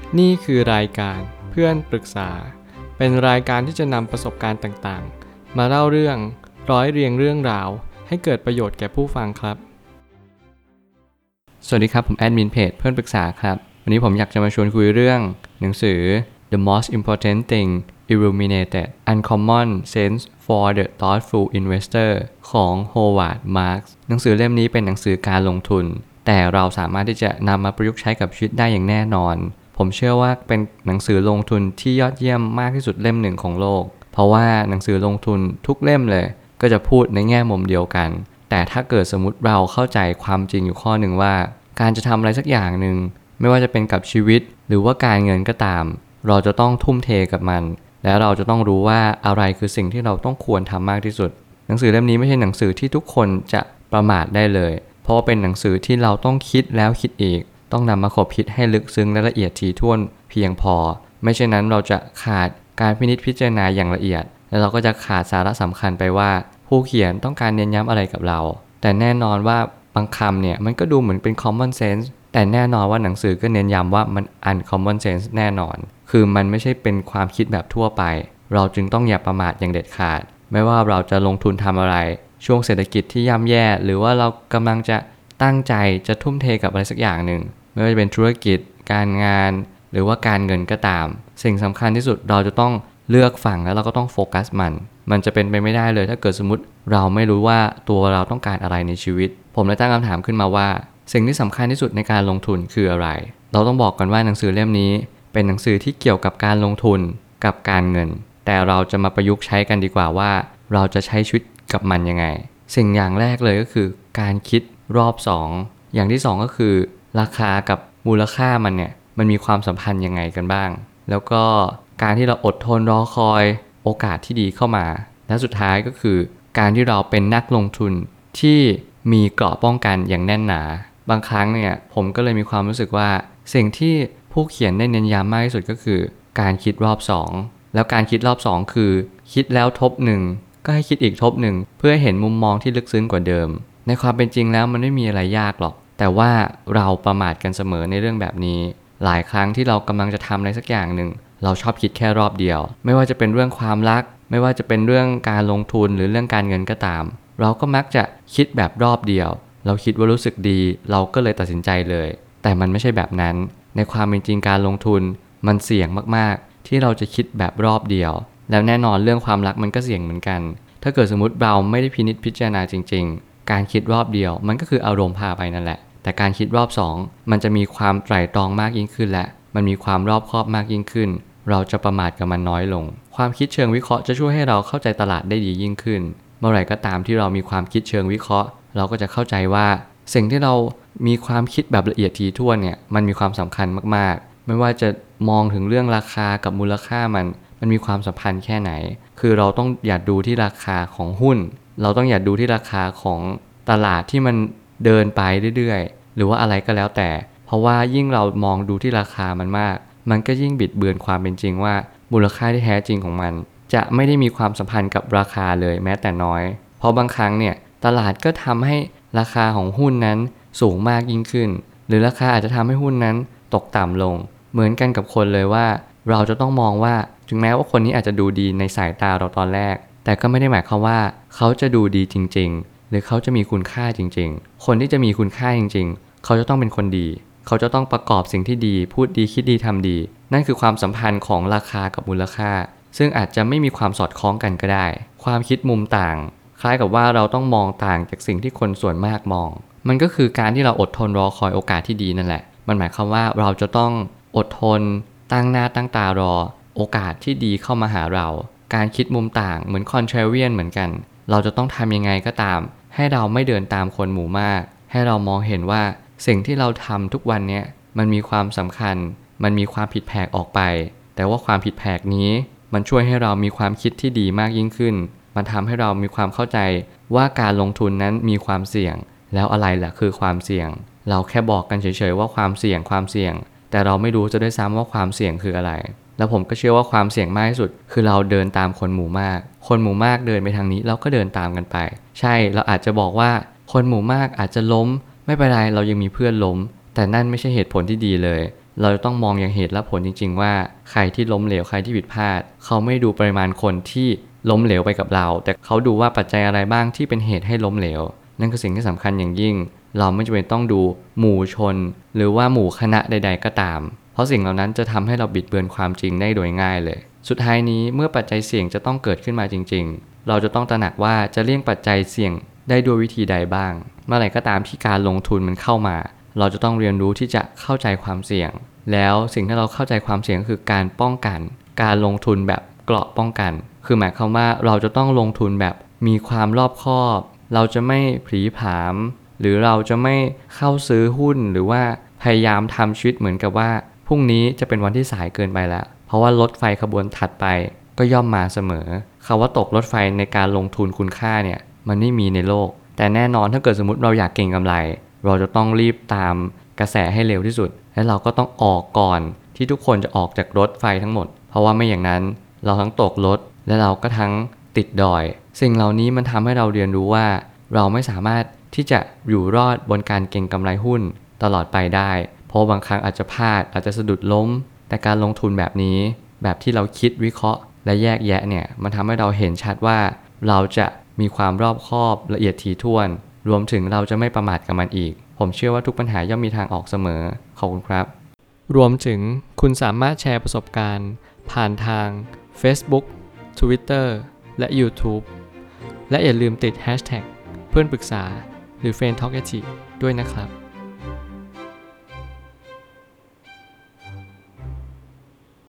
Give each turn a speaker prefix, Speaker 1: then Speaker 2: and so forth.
Speaker 1: นี่คือรายการเพื่อนปรึกษาเป็นรายการที่จะนำประสบการณ์ต่างๆมาเล่าเรื่องร้อยเรียงเรื่องราวให้เกิดประโยชน์แก่ผู้ฟังครับสวัสดีครับผมแอดมินเพจเพื่อนปรึกษาครับวันนี้ผมอยากจะมาชวนคุยเรื่องหนังสือ The Most Important Thing Illuminated Uncommon Sense for the Thoughtful Investor ของ Howard Marks หนังสือเล่มนี้เป็นหนังสือการลงทุนแต่เราสามารถที่จะนำมาประยุกต์ใช้กับชีวิตได้อย่างแน่นอนผมเชื่อว่าเป็นหนังสือลงทุนที่ยอดเยี่ยมมากที่สุดเล่มหนึ่งของโลกเพราะว่าหนังสือลงทุนทุกเล่มเลยก็จะพูดในแง่มุมเดียวกันแต่ถ้าเกิดสมมุติเราเข้าใจความจริงอยู่ข้อหนึ่งว่าการจะทำอะไรสักอย่างหนึ่งไม่ว่าจะเป็นกับชีวิตหรือว่าการเงินก็ตามเราจะต้องทุ่มเทกับมันและเราจะต้องรู้ว่าอะไรคือสิ่งที่เราต้องควรทำมากที่สุดหนังสือเล่มนี้ไม่ใช่หนังสือที่ทุกคนจะประมาทได้เลยเพราะว่าเป็นหนังสือที่เราต้องคิดแล้วคิดอีกต้องนำมาขบคิดให้ลึกซึ้งและละเอียดถี่ถ้วนเพียงพอไม่เช่นนั้นเราจะขาดการพินิจพิจารณาอย่างละเอียดและเราก็จะขาดสาระสำคัญไปว่าผู้เขียนต้องการเน้นย้ำอะไรกับเราแต่แน่นอนว่าบางคำเนี่ยมันก็ดูเหมือนเป็น common sense แต่แน่นอนว่าหนังสือก็เน้นย้ำว่ามัน uncommon sense แน่นอนคือมันไม่ใช่เป็นความคิดแบบทั่วไปเราจึงต้องอย่าประมาทอย่างเด็ดขาดไม่ว่าเราจะลงทุนทำอะไรช่วงเศรษฐกิจที่ย่ำแย่หรือว่าเรากำลังจะตั้งใจจะทุ่มเทกับอะไรสักอย่างหนึ่งไม่ว่าจะเป็นธุรกิจการงานหรือว่าการเงินก็ตามสิ่งสำคัญที่สุดเราจะต้องเลือกฝั่งแล้วเราก็ต้องโฟกัสมันจะเป็นไปไม่ได้เลยถ้าเกิดสมมติเราไม่รู้ว่าตัวเราต้องการอะไรในชีวิตผมเลยตั้งคำถามขึ้นมาว่าสิ่งที่สำคัญที่สุดในการลงทุนคืออะไรเราต้องบอกกันว่าหนังสือเล่มนี้เป็นหนังสือที่เกี่ยวกับการลงทุนกับการเงินแต่เราจะมาประยุกต์ใช้กันดีกว่าว่าเราจะใช้ชีวิตกับมันยังไงสิ่งอย่างแรกเลยก็คือการคิดรอบ2อย่างที่2ก็คือราคากับมูลค่ามันมีความสัมพันธ์ยังไงกันบ้างแล้วก็การที่เราอดทนรอคอยโอกาสที่ดีเข้ามาและสุดท้ายก็คือการที่เราเป็นนักลงทุนที่มีเกราะป้องกันอย่างแน่นหนาบางครั้งเนี่ยผมก็เลยมีความรู้สึกว่าสิ่งที่ผู้เขียนได้เน้นย้ำมากที่สุดก็คือการคิดรอบ2แล้วการคิดรอบ2คือคิดแล้วทบ1ก็ให้คิดอีกทบ1เพื่อเห็นมุมมองที่ลึกซึ้งกว่าเดิมในความเป็นจริงแล้วมันไม่มีอะไรยากหรอกแต่ว่าเราประมาทกันเสมอในเรื่องแบบนี้หลายครั้งที่เรากำลังจะทำอะไรสักอย่างหนึ่งเราชอบคิดแค่รอบเดียวไม่ว่าจะเป็นเรื่องความรักไม่ว่าจะเป็นเรื่องการลงทุนหรือเรื่องการเงินก็ตามเราก็มักจะคิดแบบรอบเดียวเราคิดว่ารู้สึกดีเราก็เลยตัดสินใจเลยแต่มันไม่ใช่แบบนั้นในความเป็นจริงการลงทุนมันเสี่ยงมากๆที่เราจะคิดแบบรอบเดียวแล้วแน่นอนเรื่องความรักมันก็เสี่ยงเหมือนกันถ้าเกิดสมมติเราไม่ได้พินิจพิจารณาจริงๆการคิดรอบเดียวมันก็คืออารมณ์พาไปนั่นแหละแต่การคิดรอบ2มันจะมีความไตร่ตรองมากยิ่งขึ้นและมันมีความรอบคอบมากยิ่งขึ้นเราจะประมาทกับมันน้อยลงความคิดเชิงวิเคราะห์จะช่วยให้เราเข้าใจตลาดได้ดียิ่งขึ้นเมื่อไหร่ก็ตามที่เรามีความคิดเชิงวิเคราะห์เราก็จะเข้าใจว่าสิ่งที่เรามีความคิดแบบละเอียดถี่ถ้วนเนี่ยมันมีความสำคัญมากๆไม่ว่าจะมองถึงเรื่องราคากับมูลค่ามันมีความสัมพันธ์แค่ไหนคือเราต้องอย่าดูที่ราคาของหุ้นเราต้องอย่าดูที่ราคาของตลาดที่มันเดินไปเรื่อยๆหรือว่าอะไรก็แล้วแต่เพราะว่ายิ่งเรามองดูที่ราคามันมากมันก็ยิ่งบิดเบือนความเป็นจริงว่ามูลค่าที่แท้จริงของมันจะไม่ได้มีความสัมพันธ์กับราคาเลยแม้แต่น้อยเพราะบางครั้งเนี่ยตลาดก็ทำให้ราคาของหุ้นนั้นสูงมากยิ่งขึ้นหรือราคาอาจจะทำให้หุ้นนั้นตกต่ำลงเหมือนกันกับคนเลยว่าเราจะต้องมองว่าถึงแม้ว่าคนนี้อาจจะดูดีในสายตาเราตอนแรกแต่ก็ไม่ได้หมายความว่าเขาจะดูดีจริงๆหรือเขาจะมีคุณค่าจริงๆคนที่จะมีคุณค่าจริงๆเขาจะต้องเป็นคนดีเขาจะต้องประกอบสิ่งที่ดีพูดดีคิดดีทำดีนั่นคือความสัมพันธ์ของราคากับมูลค่าซึ่งอาจจะไม่มีความสอดคล้องกันก็ได้ความคิดมุมต่างคล้ายกับว่าเราต้องมองต่างจากสิ่งที่คนส่วนมากมองมันก็คือการที่เราอดทนรอคอยโอกาสที่ดีนั่นแหละมันหมายความว่าเราจะต้องอดทนตั้งหน้าตั้งตารอโอกาสที่ดีเข้ามาหาเราการคิดมุมต่างเหมือน contrarian เหมือนกันเราจะต้องทำยังไงก็ตามให้เราไม่เดินตามคนหมู่มากให้เรามองเห็นว่าสิ่งที่เราทำทุกวันนี้มันมีความสำคัญมันมีความผิดแผกออกไปแต่ว่าความผิดแผกนี้มันช่วยให้เรามีความคิดที่ดีมากยิ่งขึ้นมันทำให้เรามีความเข้าใจว่าการลงทุนนั้นมีความเสี่ยงแล้วอะไรล่ะคือความเสี่ยงเราแค่บอกกันเฉยๆว่าความเสี่ยงแต่เราไม่รู้จะด้วยซ้ำว่าความเสี่ยงคืออะไรแล้วผมก็เชื่อว่าความเสี่ยงมากที่สุดคือเราเดินตามคนหมู่มากคนหมู่มากเดินไปทางนี้เราก็เดินตามกันไปใช่เราอาจจะบอกว่าคนหมู่มากอาจจะล้มไม่เป็นไรเรายังมีเพื่อนล้มแต่นั่นไม่ใช่เหตุผลที่ดีเลยเราจะต้องมองอย่างเหตุและผลจริงๆว่าใครที่ล้มเหลวใครที่ผิดพลาดเขาไม่ดูปริมาณคนที่ล้มเหลวไปกับเราแต่เขาดูว่าปัจจัยอะไรบ้างที่เป็นเหตุให้ล้มเหลวนั่นคือสิ่งที่สำคัญอย่างยิ่งเราไม่จำเป็นต้องดูหมู่ชนหรือว่าหมู่คณะใดๆก็ตามเพราะสิ่งเหล่านั้นจะทำให้เราบิดเบือนความจริงได้โดยง่ายเลยสุดท้ายนี้เมื่อปัจจัยเสี่ยงจะต้องเกิดขึ้นมาจริงๆเราจะต้องตระหนักว่าจะเลี่ยงปัจจัยเสี่ยงได้ด้วยวิธีใดบ้างเมื่อไหร่ก็ตามที่การลงทุนมันเข้ามาเราจะต้องเรียนรู้ที่จะเข้าใจความเสี่ยงแล้วสิ่งที่เราเข้าใจความเสี่ยงก็คือการป้องกันการลงทุนแบบเกราะป้องกันคือหมายความว่าเราจะต้องลงทุนแบบมีความรอบคอบเราจะไม่ผลีผลามหรือเราจะไม่เข้าซื้อหุ้นหรือว่าพยายามทำชีวิตเหมือนกับว่าพรุ่งนี้จะเป็นวันที่สายเกินไปแล้วเพราะว่ารถไฟขบวนถัดไปก็ย่อมมาเสมอคำว่าตกรถไฟในการลงทุนคุณค่าเนี่ยมันไม่มีในโลกแต่แน่นอนถ้าเกิดสมมติเราอยากเก็งกำไรเราจะต้องรีบตามกระแสให้เร็วที่สุดและเราก็ต้องออกก่อนที่ทุกคนจะออกจากรถไฟทั้งหมดเพราะว่าไม่อย่างนั้นเราทั้งตกรถและเราก็ทั้งติดดอยสิ่งเหล่านี้มันทำให้เราเรียนรู้ว่าเราไม่สามารถที่จะอยู่รอดบนการเก็งกำไรหุ้นตลอดไปได้เพราะบางครั้งอาจจะพลาดอาจจะสะดุดล้มแต่การลงทุนแบบนี้แบบที่เราคิดวิเคราะห์และแยกแยะเนี่ยมันทำให้เราเห็นชัดว่าเราจะมีความรอบคอบละเอียดถี่ถ้วนรวมถึงเราจะไม่ประมาทกับมันอีกผมเชื่อว่าทุกปัญหาย่อมมีทางออกเสมอขอบคุณครับรวมถึงคุณสามารถแชร์ประสบการณ์ผ่านทาง Facebook Twitter และ YouTube และอย่าลืมติด Hashtag เพื่อนปรึกษาหรือ Friend Talk ด้วยนะครับ